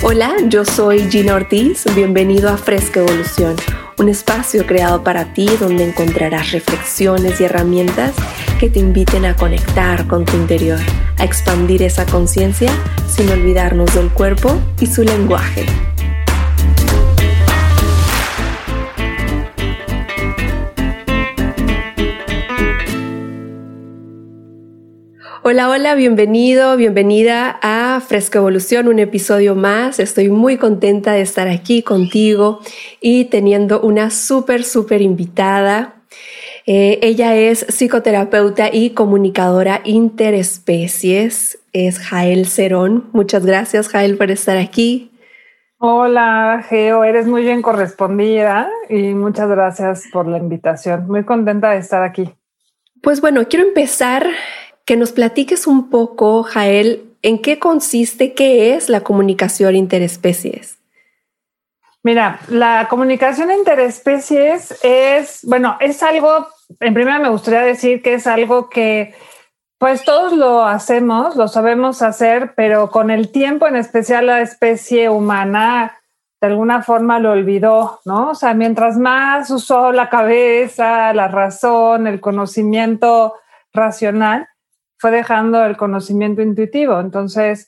Hola, yo soy Gina Ortiz. Bienvenido a Fresca Evolución, un espacio creado para ti donde encontrarás reflexiones y herramientas que te inviten a conectar con tu interior, a expandir esa conciencia sin olvidarnos del cuerpo y su lenguaje. Hola, hola, bienvenido, bienvenida a Fresca Evolución, un episodio más. Estoy muy contenta de estar aquí contigo y teniendo una súper invitada. Ella es psicoterapeuta y comunicadora interespecies, es Jael Cerón. Muchas gracias, Jael, por estar aquí. Hola, Geo, eres muy bien correspondida y muchas gracias por la invitación. Muy contenta de estar aquí. Pues bueno, quiero empezar que nos platiques un poco, Jael, en qué consiste, qué es la comunicación interespecies. Mira, la comunicación interespecies es algo, en primera me gustaría decir que es algo que pues todos lo hacemos, lo sabemos hacer, pero con el tiempo, en especial la especie humana, de alguna forma lo olvidó, ¿no? O sea, mientras más usó la cabeza, la razón, el conocimiento racional, fue dejando el conocimiento intuitivo. Entonces,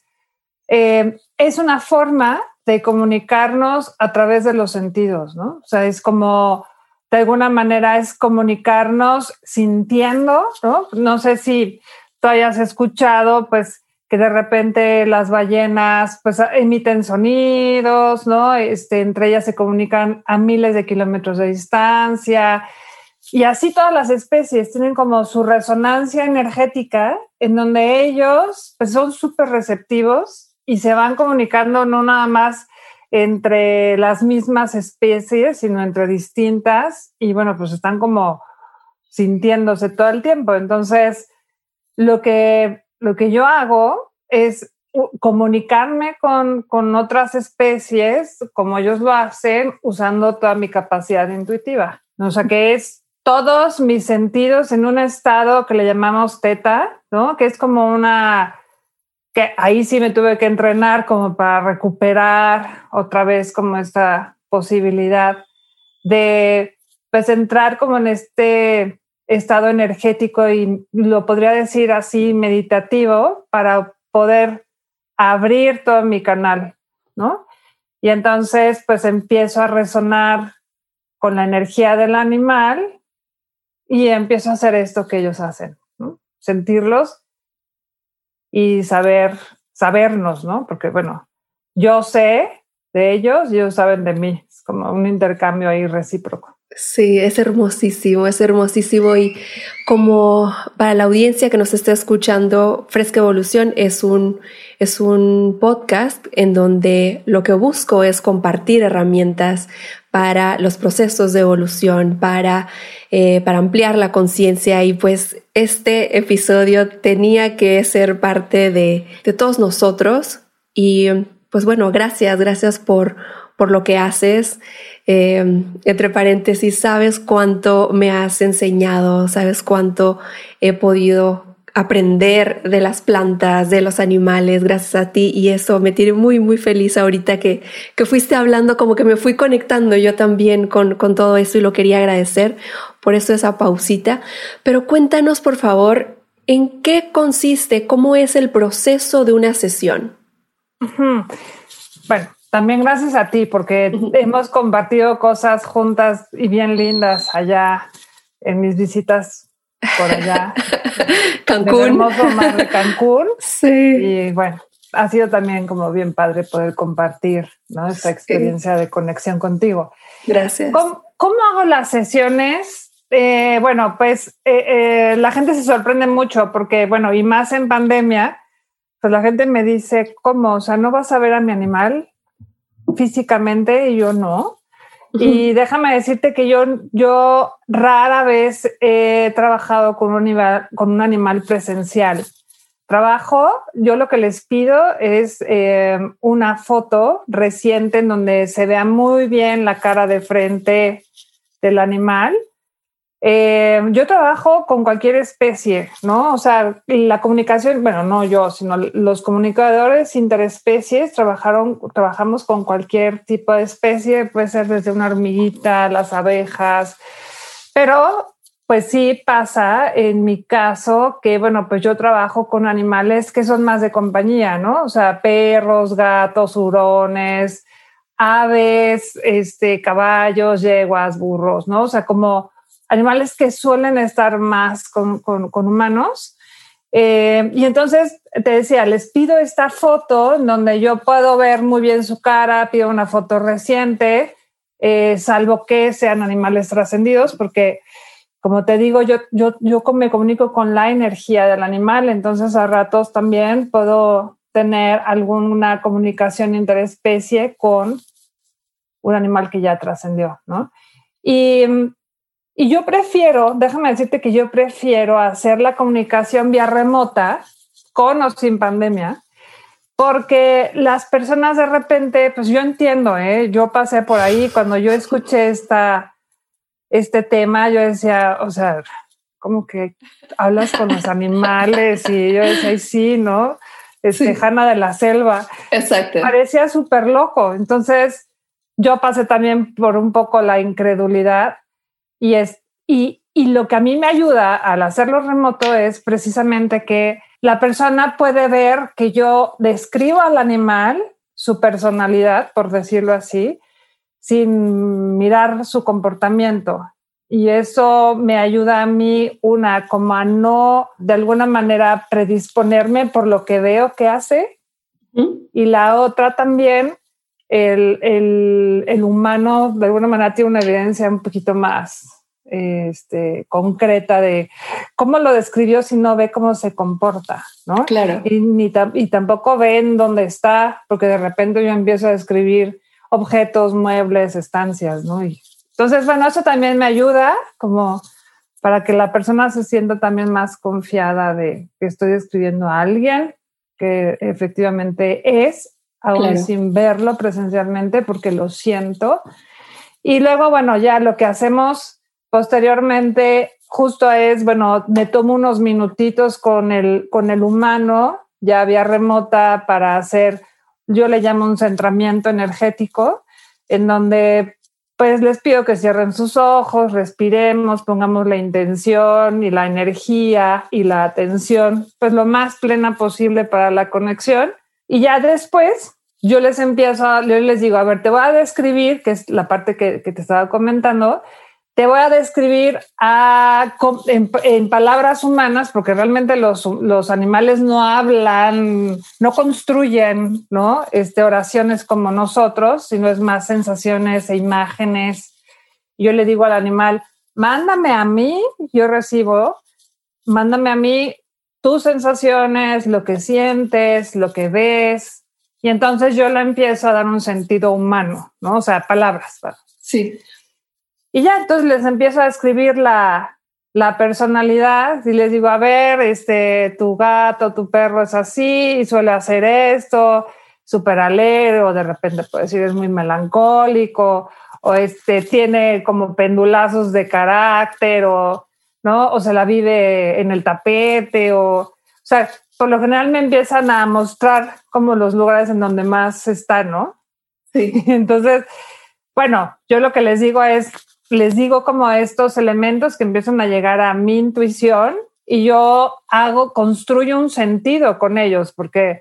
es una forma de comunicarnos a través de los sentidos, ¿no? O sea, es como, de alguna manera, es comunicarnos sintiendo, ¿no? No sé si tú hayas escuchado, pues, que de repente las ballenas, pues, emiten sonidos, ¿no? Entre ellas se comunican a miles de kilómetros de distancia. Y así todas las especies tienen como su resonancia energética en donde ellos pues, son súper receptivos y se van comunicando no nada más entre las mismas especies, sino entre distintas y bueno, pues están como sintiéndose todo el tiempo. Entonces, lo que yo hago es comunicarme con otras especies como ellos lo hacen usando toda mi capacidad intuitiva. O sea, que es todos mis sentidos en un estado que le llamamos teta, ¿no? Que es como que ahí sí me tuve que entrenar como para recuperar otra vez como esta posibilidad de pues entrar como en este estado energético y lo podría decir así meditativo para poder abrir todo mi canal, ¿no? Y entonces pues empiezo a resonar con la energía del animal y empiezo a hacer esto que ellos hacen, ¿no? Sentirlos y sabernos, ¿no? Porque, bueno, yo sé de ellos y ellos saben de mí. Es como un intercambio ahí recíproco. Sí, es hermosísimo y como para la audiencia que nos está escuchando, Fresca Evolución es un podcast en donde lo que busco es compartir herramientas para los procesos de evolución, para ampliar la conciencia y pues este episodio tenía que ser parte de todos nosotros y pues bueno, gracias por lo que haces. Entre paréntesis, sabes cuánto me has enseñado, sabes cuánto he podido aprender de las plantas, de los animales, gracias a ti, y eso me tiene muy feliz ahorita que fuiste hablando, como que me fui conectando yo también con todo eso y lo quería agradecer, por eso esa pausita. Pero cuéntanos, por favor, ¿en qué consiste, cómo es el proceso de una sesión? Uh-huh. Bueno, también gracias a ti porque hemos compartido cosas juntas y bien lindas allá en mis visitas por allá. Cancún. El hermoso mar de Cancún. Sí. Y bueno, ha sido también como bien padre poder compartir, ¿no? Esta experiencia de conexión contigo. Gracias. ¿Cómo hago las sesiones? La gente se sorprende mucho porque, bueno, y más en pandemia, pues la gente me dice, ¿cómo? O sea, ¿no vas a ver a mi animal físicamente? Y yo no. Uh-huh. Y déjame decirte que yo rara vez he trabajado con un animal presencial. Yo lo que les pido es una foto reciente en donde se vea muy bien la cara de frente del animal Yo trabajo con cualquier especie, ¿no? O sea, la comunicación, bueno, no yo, sino los comunicadores interespecies trabajamos con cualquier tipo de especie, puede ser desde una hormiguita, las abejas, pero pues sí pasa en mi caso que, bueno, pues yo trabajo con animales que son más de compañía, ¿no? O sea, perros, gatos, hurones, aves, caballos, yeguas, burros, ¿no? O sea, como animales que suelen estar más con humanos. Y entonces te decía, les pido esta foto en donde yo puedo ver muy bien su cara, pido una foto reciente, salvo que sean animales trascendidos, porque como te digo, yo me comunico con la energía del animal, entonces a ratos también puedo tener alguna comunicación interespecie con un animal que ya trascendió, ¿no? Y yo prefiero, déjame decirte que yo prefiero hacer la comunicación vía remota, con o sin pandemia, porque las personas de repente, pues yo entiendo, yo pasé por ahí, cuando yo escuché este tema, yo decía, o sea, como que hablas con los animales y yo decía, ay, sí, ¿no? Sí. Hanna de la selva. Exacto. Parecía súper loco. Entonces yo pasé también por un poco la incredulidad y lo que a mí me ayuda al hacerlo remoto es precisamente que la persona puede ver que yo describo al animal, su personalidad, por decirlo así, sin mirar su comportamiento. Y eso me ayuda a mí, como a no, de alguna manera, predisponerme por lo que veo que hace. Y la otra también, el humano, de alguna manera, tiene una evidencia un poquito más concreta de cómo lo describió si no ve cómo se comporta, ¿no? Claro. Y tampoco ven dónde está, porque de repente yo empiezo a describir objetos, muebles, estancias, ¿no? Y entonces, bueno, eso también me ayuda como para que la persona se sienta también más confiada de que estoy describiendo a alguien que efectivamente es, aún sin verlo presencialmente, porque lo siento. Y luego, bueno, ya lo que hacemos posteriormente justo es, bueno, me tomo unos minutitos con el humano, ya vía remota, para hacer, yo le llamo un centramiento energético, en donde pues les pido que cierren sus ojos, respiremos, pongamos la intención y la energía y la atención pues lo más plena posible para la conexión. Y ya después yo les digo, a ver, te voy a describir, que es la parte que te estaba comentando, te voy a describir en palabras humanas, porque realmente los animales no hablan, no construyen, ¿no? Oraciones como nosotros, sino es más sensaciones e imágenes. Yo le digo al animal, mándame a mí, yo recibo, mándame a mí tus sensaciones, lo que sientes, lo que ves. Y entonces yo le empiezo a dar un sentido humano, ¿no? O sea, palabras. ¿Verdad? Sí. Y ya, entonces les empiezo a escribir la personalidad y les digo, a ver, tu gato, tu perro es así y suele hacer esto, súper alegre, o de repente puede decir es muy melancólico, o tiene como pendulazos de carácter, ¿no? O se la vive en el tapete, o sea, por lo general me empiezan a mostrar como los lugares en donde más están, ¿no? Sí. Entonces, bueno, yo lo que les digo como estos elementos que empiezan a llegar a mi intuición y yo construyo un sentido con ellos, porque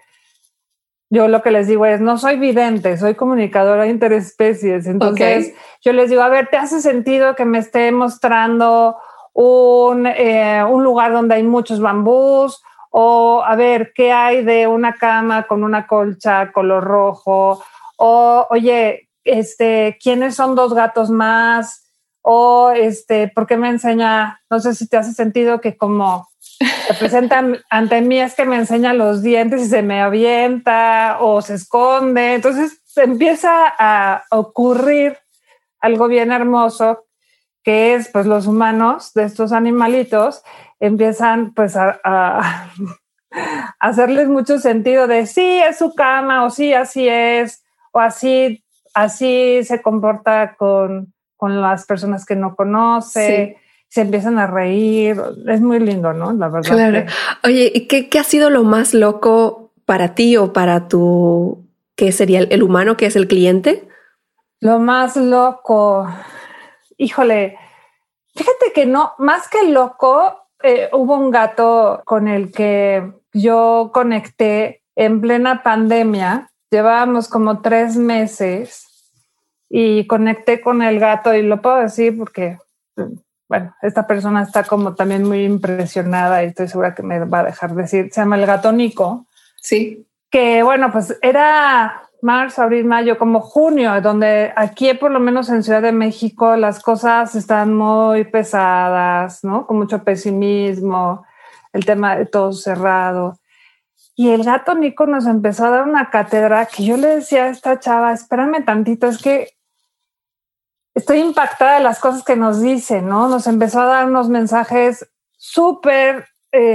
yo lo que les digo es, no soy vidente, soy comunicadora interespecies. Entonces yo les digo, a ver, ¿te hace sentido que me esté mostrando un lugar donde hay muchos bambús? O a ver, ¿qué hay de una cama con una colcha color rojo? O, oye, ¿quiénes son dos gatos más? O, ¿por qué me enseña? No sé si te hace sentido que como se presenta ante mí es que me enseña los dientes y se me avienta o se esconde. Entonces empieza a ocurrir algo bien hermoso, que es pues los humanos de estos animalitos empiezan pues a hacerles mucho sentido de sí, es su cama, o sí, así es, o así se comporta con las personas que no conoce. Sí. se empiezan a reír. Es muy lindo, ¿no? La verdad. Claro. Oye, ¿y qué ha sido lo más loco para ti o para tu, qué sería el humano que es el cliente? Lo más loco, híjole, fíjate que no, más que loco, hubo un gato con el que yo conecté en plena pandemia. Llevábamos como 3 meses y conecté con el gato, y lo puedo decir porque, bueno, esta persona está como también muy impresionada y estoy segura que me va a dejar decir. Se llama el gato Nico. Sí. Que bueno, pues era marzo, abril, mayo, como junio, donde aquí por lo menos en Ciudad de México las cosas están muy pesadas, ¿no? Con mucho pesimismo, el tema de todo cerrado. Y el gato Nico nos empezó a dar una cátedra que yo le decía a esta chava, espérame tantito, es que estoy impactada de las cosas que nos dice, ¿no? Nos empezó a dar unos mensajes súper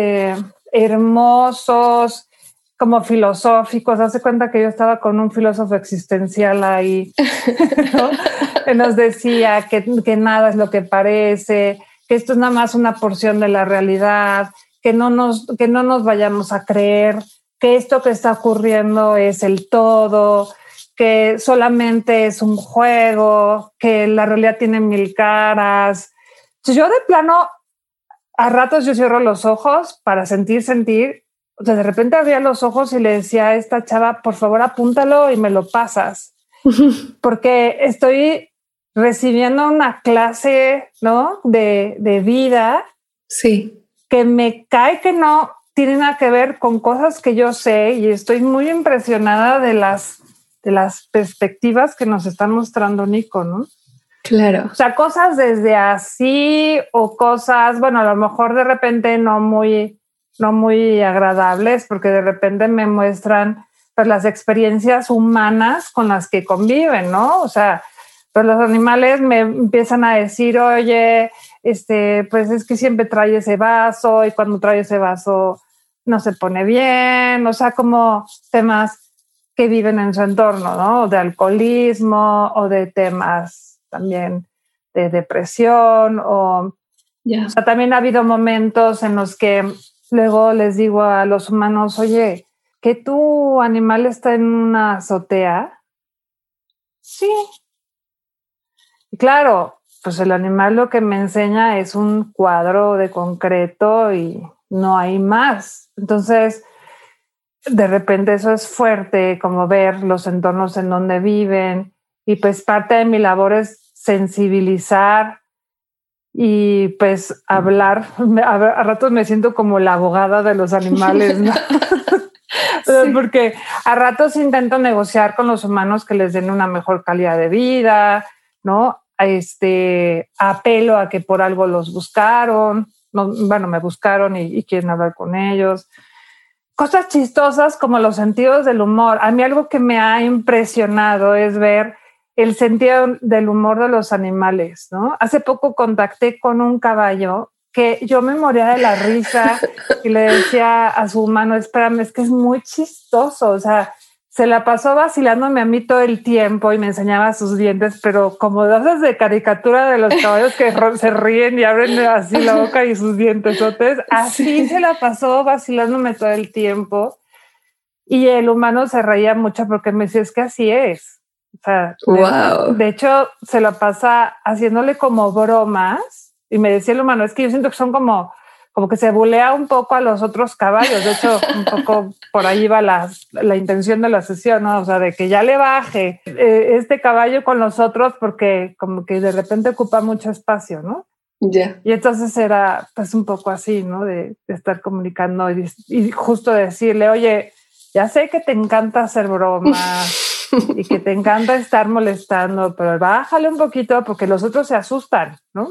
hermosos, como filosóficos. Hace cuenta que yo estaba con un filósofo existencial ahí, ¿no? Que nos decía que nada es lo que parece, que esto es nada más una porción de la realidad, que no nos vayamos a creer que esto que está ocurriendo es el todo, que solamente es un juego, que la realidad tiene 1000 caras. Yo de plano, a ratos yo cierro los ojos para sentir. O sea, de repente abría los ojos y le decía a esta chava, por favor, apúntalo y me lo pasas. Porque estoy recibiendo una clase, ¿no? De vida. Sí. Que me cae que no tiene nada que ver con cosas que yo sé, y estoy muy impresionada de las perspectivas que nos está mostrando Nico, ¿no? Claro. O sea, cosas desde así, o cosas, bueno, a lo mejor de repente no muy agradables, porque de repente me muestran pues las experiencias humanas con las que conviven, ¿no? O sea, pues los animales me empiezan a decir, oye, pues es que siempre trae ese vaso, y cuando trae ese vaso no se pone bien. O sea, como temas que viven en su entorno, ¿no? De alcoholismo, o de temas también de depresión, o sea, también ha habido momentos en los que luego les digo a los humanos, oye, ¿que tu animal está en una azotea? Sí. Y claro, pues el animal lo que me enseña es un cuadro de concreto y no hay más. Entonces, de repente eso es fuerte, como ver los entornos en donde viven, y pues parte de mi labor es sensibilizar y pues hablar. A ratos me siento como la abogada de los animales, ¿no? Sí. Porque a ratos intento negociar con los humanos que les den una mejor calidad de vida, ¿no? Apelo a que por algo los buscaron, no, bueno, me buscaron y quieren hablar con ellos. Cosas chistosas como los sentidos del humor. A mí algo que me ha impresionado es ver el sentido del humor de los animales, ¿no? Hace poco contacté con un caballo que yo me moría de la risa y le decía a su humano, espérame, es que es muy chistoso. O sea, se la pasó vacilándome a mí todo el tiempo y me enseñaba sus dientes, pero como esas de caricatura de los caballos que se ríen y abren así la boca y sus dientesotes, así sí. Se la pasó vacilándome todo el tiempo. Y el humano se reía mucho porque me decía, es que así es. O sea, wow. De hecho, se la pasa haciéndole como bromas, y me decía el humano, es que yo siento que son como que se bulea un poco a los otros caballos. De hecho, un poco por ahí va la intención de la sesión, ¿no? O sea, de que ya le baje este caballo con los otros, porque como que de repente ocupa mucho espacio, ¿no? Ya. Yeah. Y entonces era pues un poco así, ¿no? De estar comunicando y justo decirle, oye, ya sé que te encanta hacer bromas y que te encanta estar molestando, pero bájale un poquito porque los otros se asustan, ¿no?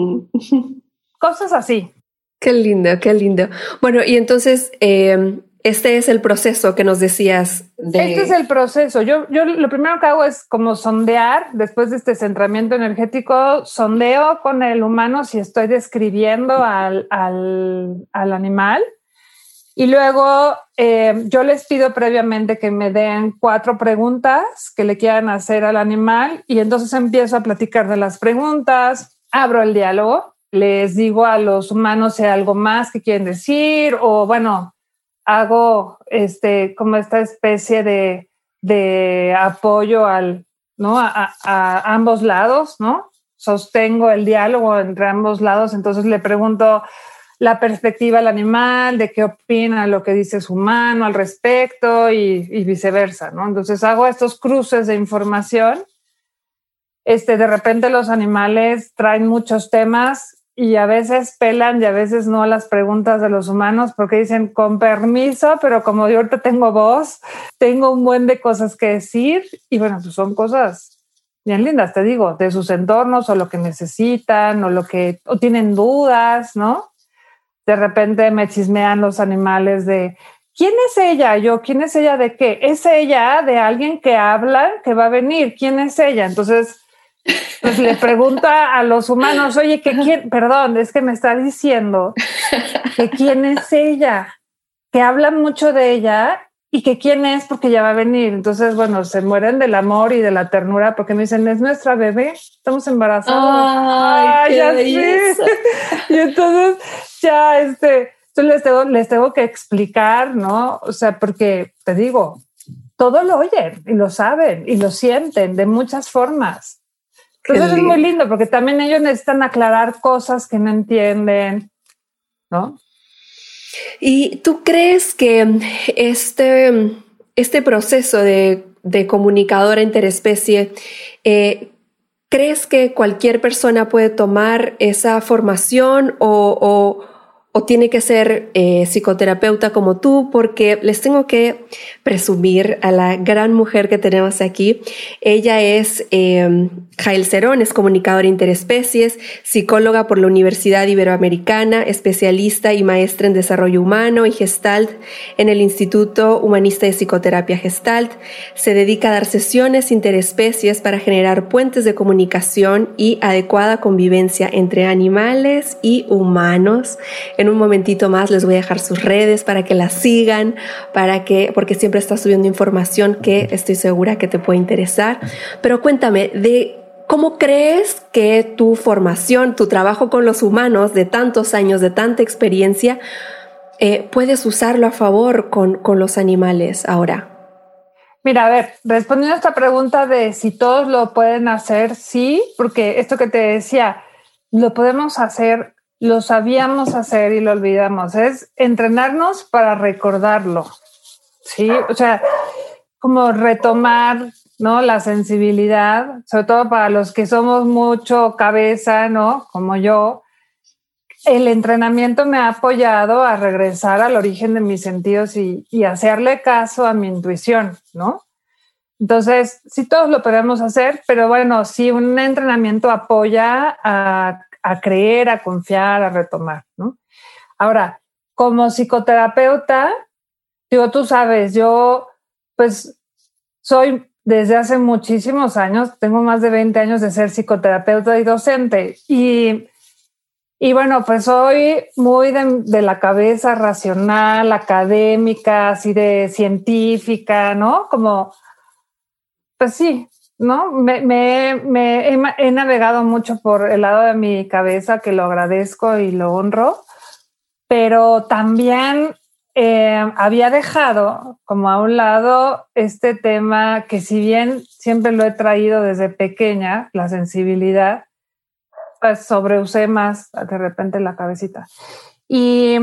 Cosas así. Qué lindo, qué lindo. Bueno, y entonces este es el proceso que nos decías. Este es el proceso. Yo lo primero que hago es como sondear, después de este centramiento energético, sondeo con el humano si estoy describiendo al animal. Y luego yo les pido previamente que me den 4 preguntas que le quieran hacer al animal, y entonces empiezo a platicar de las preguntas, abro el diálogo, les digo a los humanos si hay algo más que quieren decir, o bueno, hago como esta especie de apoyo ¿no? A ambos lados, ¿no? Sostengo el diálogo entre ambos lados, entonces le pregunto la perspectiva al animal, de qué opina lo que dice su humano al respecto y viceversa, ¿no? Entonces hago estos cruces de información. De repente los animales traen muchos temas y a veces pelan y a veces no las preguntas de los humanos porque dicen con permiso, pero como yo ahorita tengo voz, tengo un buen de cosas que decir y bueno, pues son cosas bien lindas, te digo, de sus entornos o lo que necesitan o tienen dudas, ¿no? De repente me chismean los animales de ¿quién es ella? Yo, ¿quién es ella de qué? ¿Es ella de alguien que habla, que va a venir? ¿Quién es ella? Entonces, pues le pregunta a los humanos, oye, perdón, es que me está diciendo que quién es ella, que hablan mucho de ella y que quién es porque ya va a venir. Entonces, bueno, se mueren del amor y de la ternura porque me dicen, es nuestra bebé, estamos embarazados. ¡Ay, qué belleza! Y entonces ya les tengo que explicar, ¿no? O sea, porque te digo, todo lo oyen y lo saben y lo sienten de muchas formas. Entonces es muy lindo porque también ellos necesitan aclarar cosas que no entienden, ¿no? ¿Y tú crees que este proceso de comunicadora interespecie, crees que cualquier persona puede tomar esa formación o tiene que ser psicoterapeuta como tú? Porque les tengo que presumir a la gran mujer que tenemos aquí. Ella es Jael Cerón, es comunicadora interespecies, psicóloga por la Universidad Iberoamericana, especialista y maestra en desarrollo humano y Gestalt en el Instituto Humanista de Psicoterapia Gestalt. Se dedica a dar sesiones interespecies para generar puentes de comunicación y adecuada convivencia entre animales y humanos. En un momentito más les voy a dejar sus redes para que la sigan, porque siempre está subiendo información que estoy segura que te puede interesar. Pero cuéntame, ¿cómo crees que tu formación, tu trabajo con los humanos de tantos años, de tanta experiencia, puedes usarlo a favor con los animales ahora? Mira, a ver, respondiendo a esta pregunta de si todos lo pueden hacer, sí, porque esto que te decía, lo podemos hacer, lo sabíamos hacer y lo olvidamos. Es entrenarnos para recordarlo, ¿sí? O sea, como retomar, ¿no? La sensibilidad, sobre todo para los que somos mucho cabeza, ¿no? Como yo. El entrenamiento me ha apoyado a regresar al origen de mis sentidos y hacerle caso a mi intuición, ¿no? Entonces, sí todos lo podemos hacer, pero bueno, sí un entrenamiento apoya a creer, a confiar, a retomar, ¿no? Ahora, como psicoterapeuta, digo, tú sabes, yo pues soy desde hace muchísimos años, tengo más de 20 años de ser psicoterapeuta y docente y bueno, pues soy muy de la cabeza racional, académica, así de científica, ¿no? Como, pues sí, ¿no? He navegado mucho por el lado de mi cabeza, que lo agradezco y lo honro, pero también había dejado como a un lado este tema que si bien siempre lo he traído desde pequeña, la sensibilidad, pues sobreusé más de repente la cabecita. Y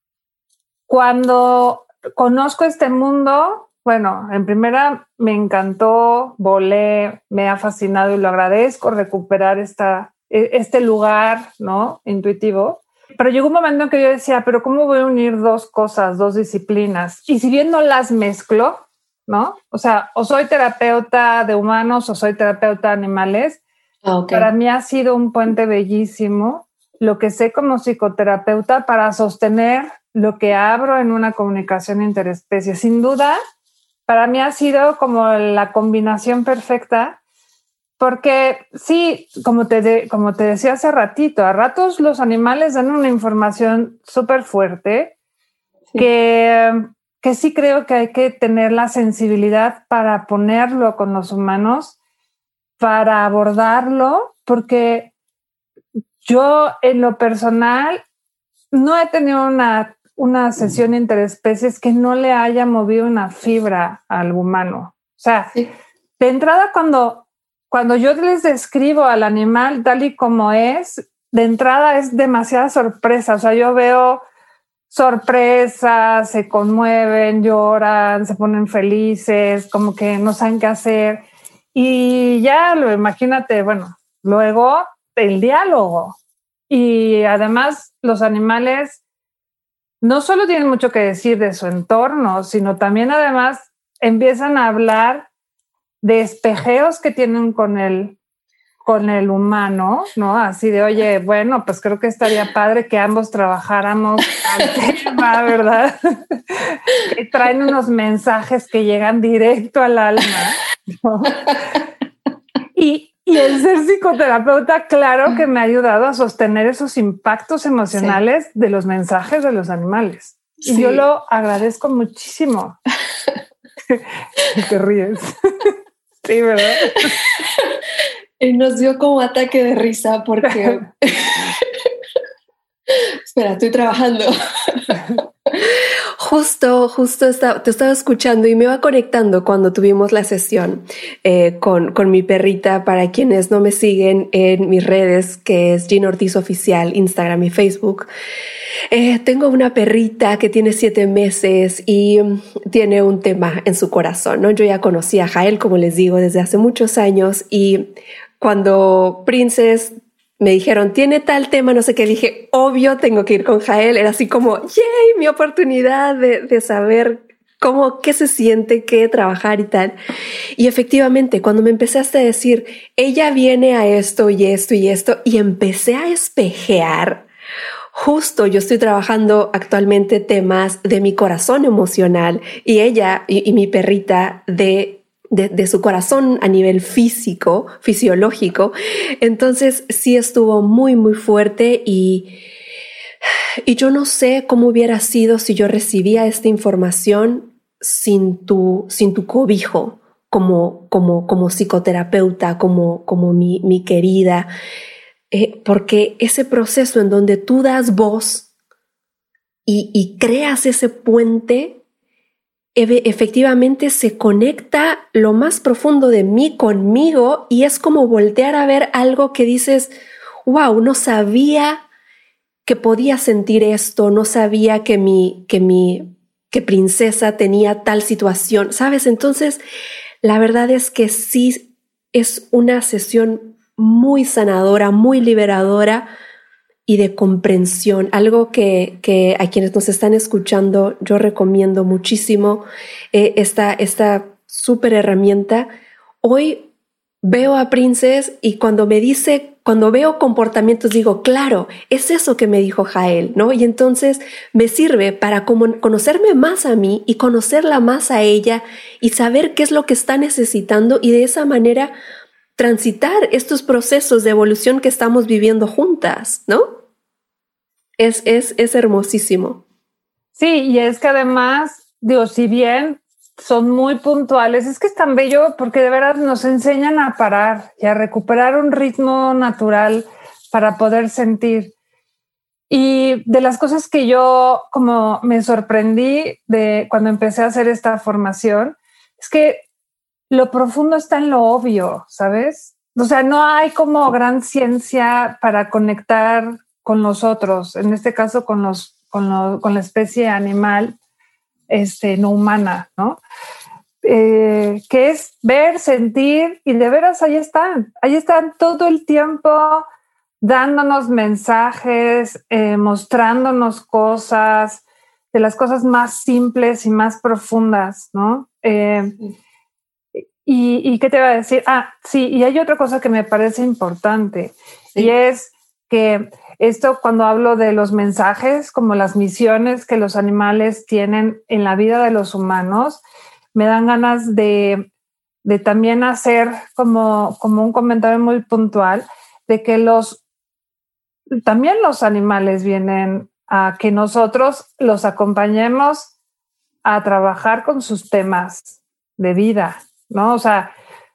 cuando conozco este mundo, bueno, en primera me encantó, volé, me ha fascinado y lo agradezco recuperar este lugar, ¿no? Intuitivo. Pero llegó un momento en que yo decía, pero ¿cómo voy a unir dos cosas, dos disciplinas? Y si bien no las mezclo, ¿no? O sea, o soy terapeuta de humanos o soy terapeuta de animales. Okay. Para mí ha sido un puente bellísimo lo que sé como psicoterapeuta para sostener lo que abro en una comunicación interespecie. Sin duda, para mí ha sido como la combinación perfecta, porque sí, como te decía hace ratito, a ratos los animales dan una información súper fuerte, sí. que sí creo que hay que tener la sensibilidad para ponerlo con los humanos, para abordarlo, porque Yo en lo personal no he tenido una sesión interespecies que no le haya movido una fibra al humano. O sea, sí. De entrada cuando yo les describo al animal tal y como es, de entrada es demasiada sorpresa. O sea, yo veo sorpresas, se conmueven, lloran, se ponen felices, como que no saben qué hacer. Y ya lo imagínate, bueno, luego el diálogo. Y además los animales no solo tienen mucho que decir de su entorno, sino también además empiezan a hablar de espejeos que tienen con el humano, ¿no? Así de, oye, bueno, pues creo que estaría padre que ambos trabajáramos al tema, ¿verdad? Que traen unos mensajes que llegan directo al alma, ¿no? Y el ser psicoterapeuta, claro que me ha ayudado a sostener esos impactos emocionales de los mensajes de los animales. Y yo lo agradezco muchísimo. Te ríes. Sí, ¿verdad? Y nos dio como ataque de risa porque... Espera, estoy trabajando. Justo te estaba escuchando y me iba conectando cuando tuvimos la sesión con mi perrita. Para quienes no me siguen en mis redes, que es Gina Ortiz Oficial, Instagram y Facebook. Tengo una perrita que tiene 7 meses y tiene un tema en su corazón, ¿no? Yo ya conocí a Jael, como les digo, desde hace muchos años, y cuando Princess me dijeron, tiene tal tema, no sé qué, dije, obvio, tengo que ir con Jael. Era así como, yay, mi oportunidad de saber qué se siente, qué trabajar y tal. Y efectivamente, cuando me empezaste a decir, ella viene a esto y esto y esto, y empecé a espejear, justo yo estoy trabajando actualmente temas de mi corazón emocional y ella y mi perrita de su corazón a nivel físico, fisiológico. Entonces sí estuvo muy, muy fuerte y yo no sé cómo hubiera sido si yo recibía esta información sin tu cobijo como psicoterapeuta, como mi querida. Porque ese proceso en donde tú das voz y creas ese puente, efectivamente se conecta lo más profundo de mí conmigo y es como voltear a ver algo que dices, wow, no sabía que podía sentir esto, no sabía que Princesa tenía tal situación, ¿sabes? Entonces, la verdad es que sí es una sesión muy sanadora, muy liberadora y de comprensión, algo que a quienes nos están escuchando yo recomiendo muchísimo, esta súper herramienta. Hoy veo a Princess y cuando veo comportamientos digo, claro, es eso que me dijo Jael, ¿no? Y entonces me sirve para conocerme más a mí y conocerla más a ella y saber qué es lo que está necesitando y de esa manera transitar estos procesos de evolución que estamos viviendo juntas, ¿no? Es hermosísimo. Sí, y es que además, digo, si bien son muy puntuales, es que es tan bello porque de verdad nos enseñan a parar y a recuperar un ritmo natural para poder sentir. Y de las cosas que yo como me sorprendí de cuando empecé a hacer esta formación, es que lo profundo está en lo obvio, ¿sabes? O sea, no hay como gran ciencia para conectar con los otros, en este caso con la especie animal no humana, ¿no? Que es ver, sentir y de veras ahí están todo el tiempo dándonos mensajes, mostrándonos cosas, de las cosas más simples y más profundas, ¿no? ¿Y qué te iba a decir? Sí, y hay otra cosa que me parece importante, sí. Y es que esto, cuando hablo de los mensajes, como las misiones que los animales tienen en la vida de los humanos, me dan ganas de también hacer como un comentario muy puntual de que también los animales vienen a que nosotros los acompañemos a trabajar con sus temas de vida, ¿no? O sea,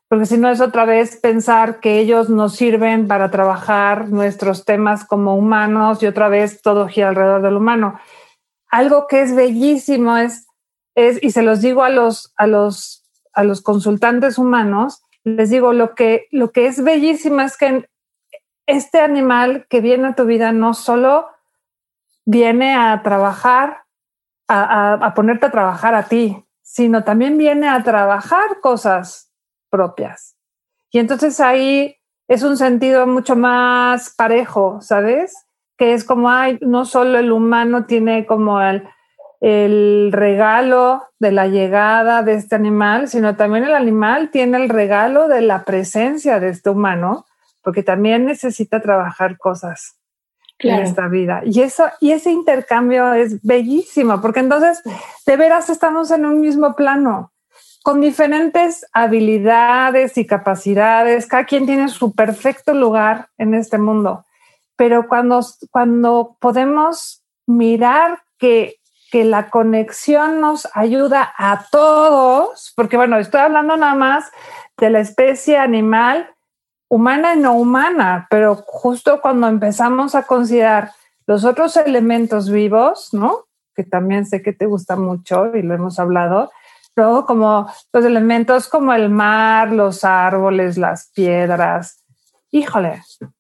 porque si no es otra vez pensar que ellos nos sirven para trabajar nuestros temas como humanos y otra vez todo gira alrededor del humano. Algo que es bellísimo es y se los digo a los consultantes humanos, les digo, lo que es bellísimo es que este animal que viene a tu vida no solo viene a trabajar, a ponerte a trabajar a ti, sino también viene a trabajar cosas propias. Y entonces ahí es un sentido mucho más parejo, ¿sabes? Que es como, no solo el humano tiene como el regalo de la llegada de este animal, sino también el animal tiene el regalo de la presencia de este humano, porque también necesita trabajar cosas en esta vida. Y ese intercambio es bellísimo, porque entonces de veras estamos en un mismo plano, con diferentes habilidades y capacidades. Cada quien tiene su perfecto lugar en este mundo. Pero cuando podemos mirar que la conexión nos ayuda a todos, porque bueno, estoy hablando nada más de la especie animal, humana y no humana, pero justo cuando empezamos a considerar los otros elementos vivos, ¿no? Que también sé que te gusta mucho y lo hemos hablado, ¿no? Como los elementos como el mar, los árboles, las piedras. Híjole,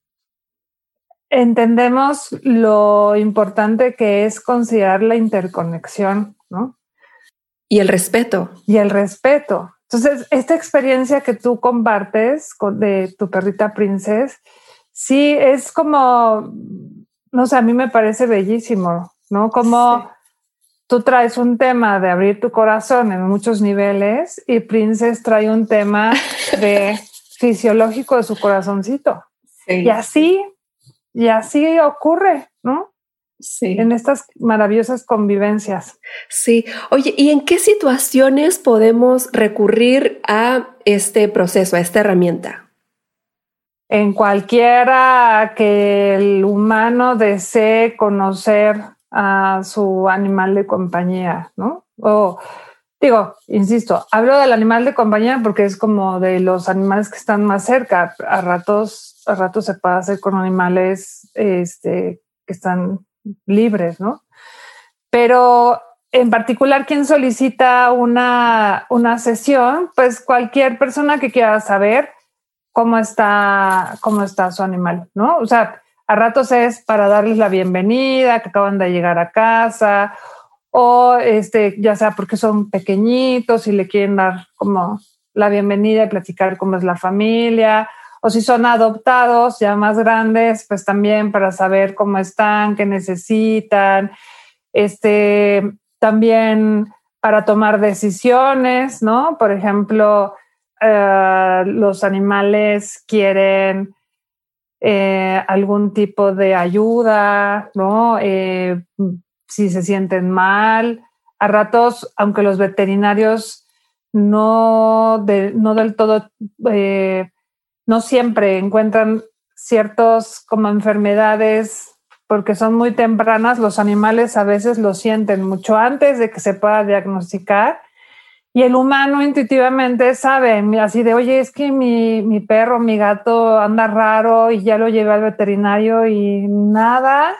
entendemos lo importante que es considerar la interconexión, ¿no? Y el respeto. Y el respeto. Entonces, esta experiencia que tú compartes de tu perrita Princess, sí es como, no sé, a mí me parece bellísimo, ¿no? Como tú traes un tema de abrir tu corazón en muchos niveles y Princess trae un tema de fisiológico de su corazoncito. Sí. Y así ocurre, ¿no? Sí. En estas maravillosas convivencias. Sí. Oye, ¿y en qué situaciones podemos recurrir a este proceso, a esta herramienta? En cualquiera que el humano desee conocer a su animal de compañía, ¿no? O digo, insisto, hablo del animal de compañía porque es como de los animales que están más cerca. A ratos se puede hacer con animales que están libres, ¿no? Pero en particular, quien solicita una sesión, pues cualquier persona que quiera saber cómo está su animal, ¿no? O sea, a ratos es para darles la bienvenida, que acaban de llegar a casa, o ya sea porque son pequeñitos y le quieren dar como la bienvenida y platicar cómo es la familia, o si son adoptados ya más grandes, pues también para saber cómo están, qué necesitan, también para tomar decisiones, ¿no? Por ejemplo, los animales quieren algún tipo de ayuda, ¿no? Si se sienten mal. A ratos, aunque los veterinarios no del todo, no siempre encuentran ciertos como enfermedades porque son muy tempranas, los animales a veces lo sienten mucho antes de que se pueda diagnosticar. Y el humano intuitivamente sabe, así de, oye, es que mi perro, mi gato anda raro y ya lo llevé al veterinario y nada.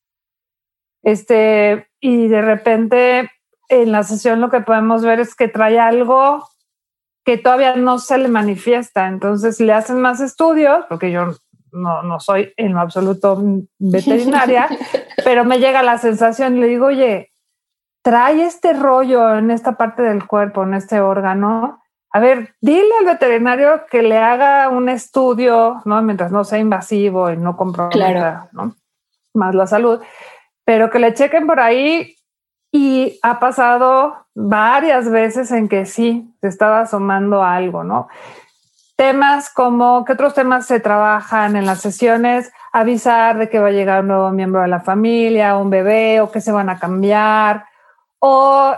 Y de repente en la sesión lo que podemos ver es que trae algo que todavía no se le manifiesta. Entonces le hacen más estudios, porque yo no soy en lo absoluto veterinaria, pero me llega la sensación y le digo, oye, trae este rollo en esta parte del cuerpo, en este órgano. A ver, dile al veterinario que le haga un estudio, ¿no? Mientras no sea invasivo y no comprometa, claro, ¿no? Más la salud, pero que le chequen por ahí. Y ha pasado varias veces en que sí, se estaba asomando algo, ¿no? Temas como, ¿qué otros temas se trabajan en las sesiones? Avisar de que va a llegar un nuevo miembro de la familia, un bebé, o que se van a cambiar. O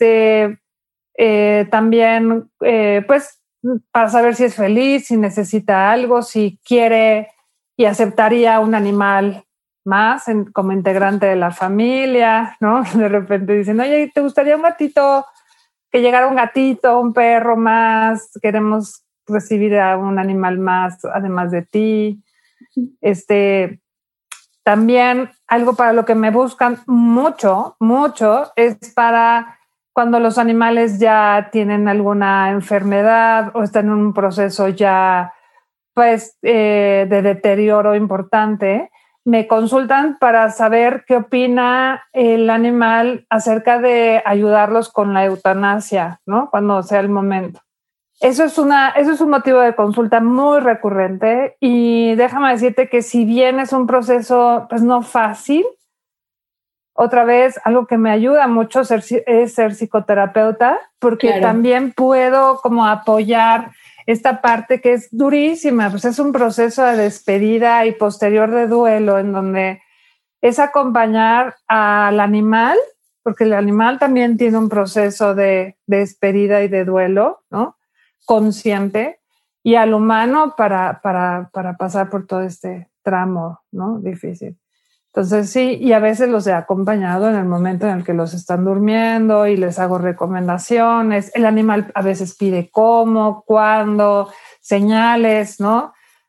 también, pues, para saber si es feliz, si necesita algo, si quiere y aceptaría un animal más como integrante de la familia, ¿no? De repente dicen, oye, ¿te gustaría un gatito? Que llegara un gatito, un perro más, queremos recibir a un animal más además de ti. También algo para lo que me buscan mucho es para cuando los animales ya tienen alguna enfermedad o están en un proceso ya pues de deterioro importante. Me consultan para saber qué opina el animal acerca de ayudarlos con la eutanasia, ¿no? Cuando sea el momento. Eso es un motivo de consulta muy recurrente y déjame decirte que si bien es un proceso pues no fácil, otra vez algo que me ayuda mucho es ser psicoterapeuta, porque claro, también puedo como apoyar esta parte que es durísima, pues es un proceso de despedida y posterior de duelo en donde es acompañar al animal, porque el animal también tiene un proceso de despedida y de duelo, ¿no? Consciente, y al humano para pasar por todo este tramo, ¿no? Difícil. Entonces sí, y a veces los he acompañado en el momento en el que los están durmiendo y les hago recomendaciones. El animal a veces pide cómo, cuándo, señales, ¿no?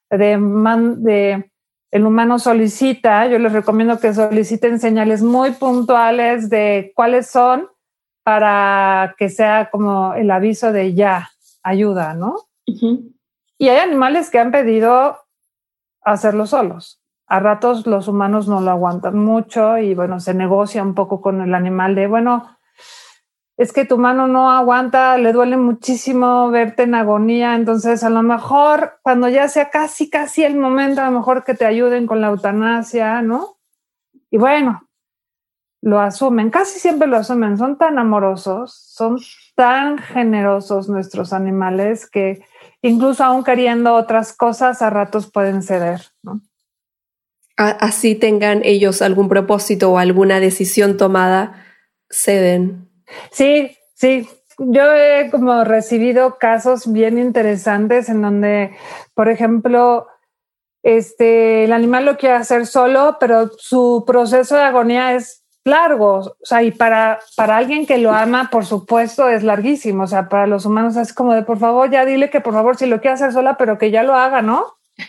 El humano solicita, yo les recomiendo que soliciten señales muy puntuales de cuáles son para que sea como el aviso de ya, ayuda, ¿no? Uh-huh. Y hay animales que han pedido hacerlo solos. A ratos los humanos no lo aguantan mucho y bueno, se negocia un poco con el animal de, bueno, es que tu mano no aguanta, le duele muchísimo verte en agonía, entonces a lo mejor cuando ya sea casi el momento, a lo mejor que te ayuden con la eutanasia, ¿no? Y bueno, lo asumen, casi siempre lo asumen, son tan amorosos, son tan generosos nuestros animales que incluso aún queriendo otras cosas, a ratos pueden ceder, ¿no? Así tengan ellos algún propósito o alguna decisión tomada, ceden. Sí. Yo he como recibido casos bien interesantes en donde, por ejemplo, el animal lo quiere hacer solo, pero su proceso de agonía es largo. O sea, y para alguien que lo ama, por supuesto, es larguísimo. O sea, para los humanos es como de, por favor, ya dile que por favor, si lo quiere hacer sola, pero que ya lo haga, ¿no?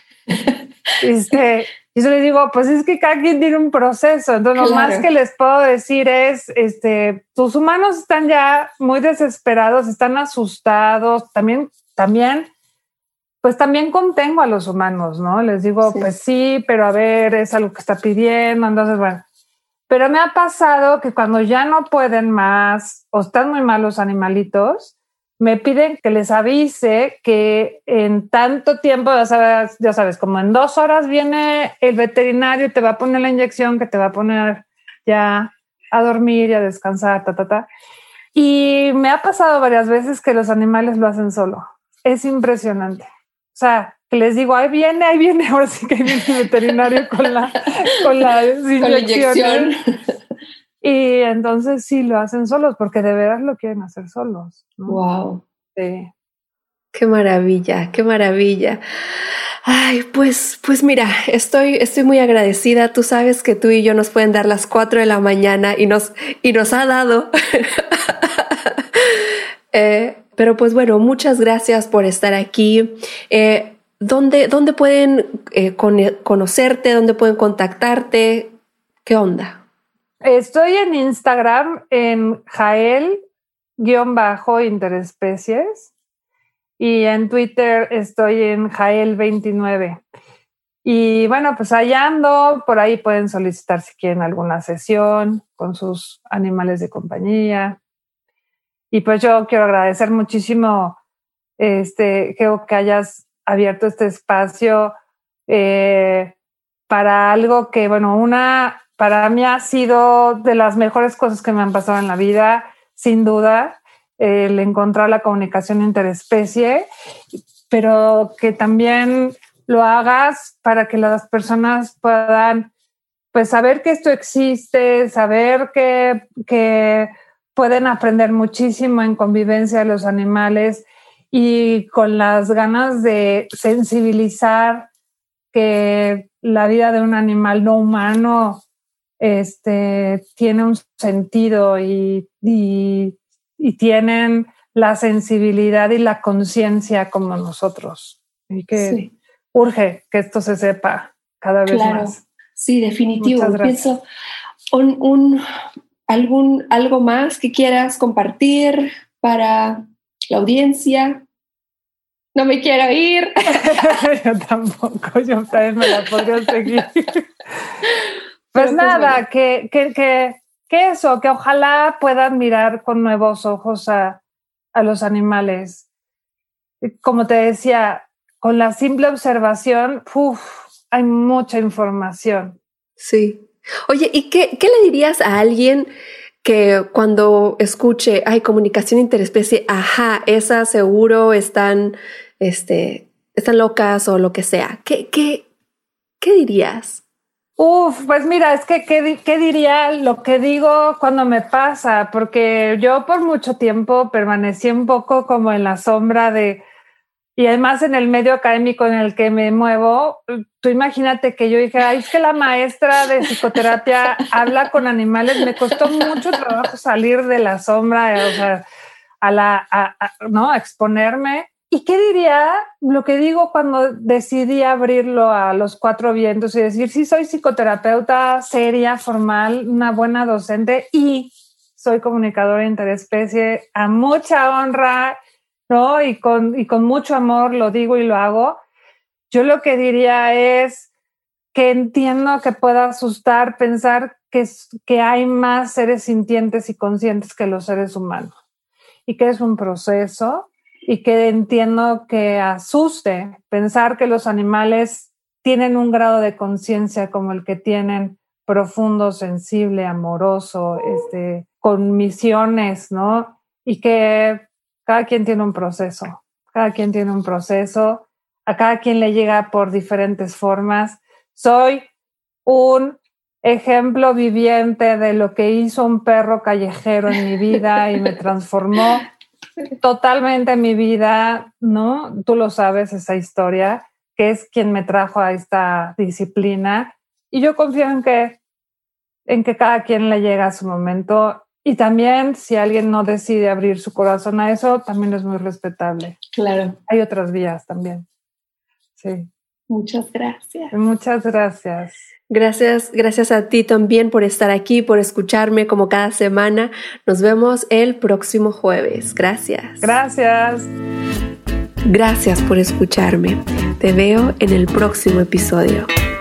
Y yo les digo, pues es que cada quien tiene un proceso. Entonces, claro, lo más que les puedo decir es, tus humanos están ya muy desesperados, están asustados. También, pues también contengo a los humanos, ¿no? Les digo, sí, pues sí, pero a ver, es algo que está pidiendo. Entonces, bueno, pero me ha pasado que cuando ya no pueden más o están muy mal los animalitos, me piden que les avise que en tanto tiempo, ya sabes, como en 2 horas viene el veterinario y te va a poner la inyección que te va a poner ya a dormir y a descansar, Y me ha pasado varias veces que los animales lo hacen solo. Es impresionante. O sea, que les digo, ahí viene, ahora sí que ahí viene el veterinario con la inyección. Y entonces sí lo hacen solos, porque de veras lo quieren hacer solos, ¿no? Wow. Sí. Qué maravilla, qué maravilla. Ay, pues mira, estoy muy agradecida. Tú sabes que tú y yo nos pueden dar las 4 de la mañana y nos ha dado. Pero pues bueno, muchas gracias por estar aquí. ¿Dónde pueden conocerte? ¿Dónde pueden contactarte? ¿Qué onda? Estoy en Instagram en Jael_interespecies y en Twitter estoy en Jael29. Y bueno, pues allá ando, por ahí pueden solicitar si quieren alguna sesión con sus animales de compañía. Y pues yo quiero agradecer muchísimo creo que hayas abierto este espacio para algo que, bueno, para mí ha sido de las mejores cosas que me han pasado en la vida, sin duda, el encontrar la comunicación interespecie, pero que también lo hagas para que las personas puedan pues saber que esto existe, saber que pueden aprender muchísimo en convivencia de los animales y con las ganas de sensibilizar que la vida de un animal no humano tiene un sentido y tienen la sensibilidad y la conciencia como nosotros. Y que urge que esto se sepa cada vez más. Sí, definitivo. Pienso algo más que quieras compartir para la audiencia. No me quiero ir. Yo tampoco, yo también me la podría seguir. Pues nada, que eso, que ojalá puedan mirar con nuevos ojos a los animales. Como te decía, con la simple observación, hay mucha información. Sí. Oye, ¿y qué le dirías a alguien que cuando escuche, comunicación interespecie, esas seguro están locas o lo que sea? ¿Qué dirías? Pues mira, es que ¿qué diría lo que digo cuando me pasa? Porque yo por mucho tiempo permanecí un poco como en la sombra y además en el medio académico en el que me muevo, tú imagínate que yo dije, es que la maestra de psicoterapia habla con animales. Me costó mucho trabajo salir de la sombra, o sea, a exponerme. ¿Y qué diría lo que digo cuando decidí abrirlo a los 4 vientos y decir, sí, soy psicoterapeuta seria, formal, una buena docente y soy comunicadora interespecie a mucha honra, ¿no? Y con mucho amor lo digo y lo hago? Yo lo que diría es que entiendo que pueda asustar pensar que hay más seres sintientes y conscientes que los seres humanos y que es un proceso. Y que entiendo que asuste pensar que los animales tienen un grado de conciencia como el que tienen, profundo, sensible, amoroso, con misiones, ¿no? Y que cada quien tiene un proceso, a cada quien le llega por diferentes formas. Soy un ejemplo viviente de lo que hizo un perro callejero en mi vida y me transformó totalmente mi vida, ¿no? Tú lo sabes, esa historia, que es quien me trajo a esta disciplina. Y yo confío en que cada quien le llega a su momento. Y también, si alguien no decide abrir su corazón a eso, también es muy respetable. Claro. Hay otras vías también. Sí. Muchas gracias. Muchas gracias. Gracias a ti también por estar aquí, por escucharme como cada semana. Nos vemos el próximo jueves. Gracias. Gracias. Gracias por escucharme. Te veo en el próximo episodio.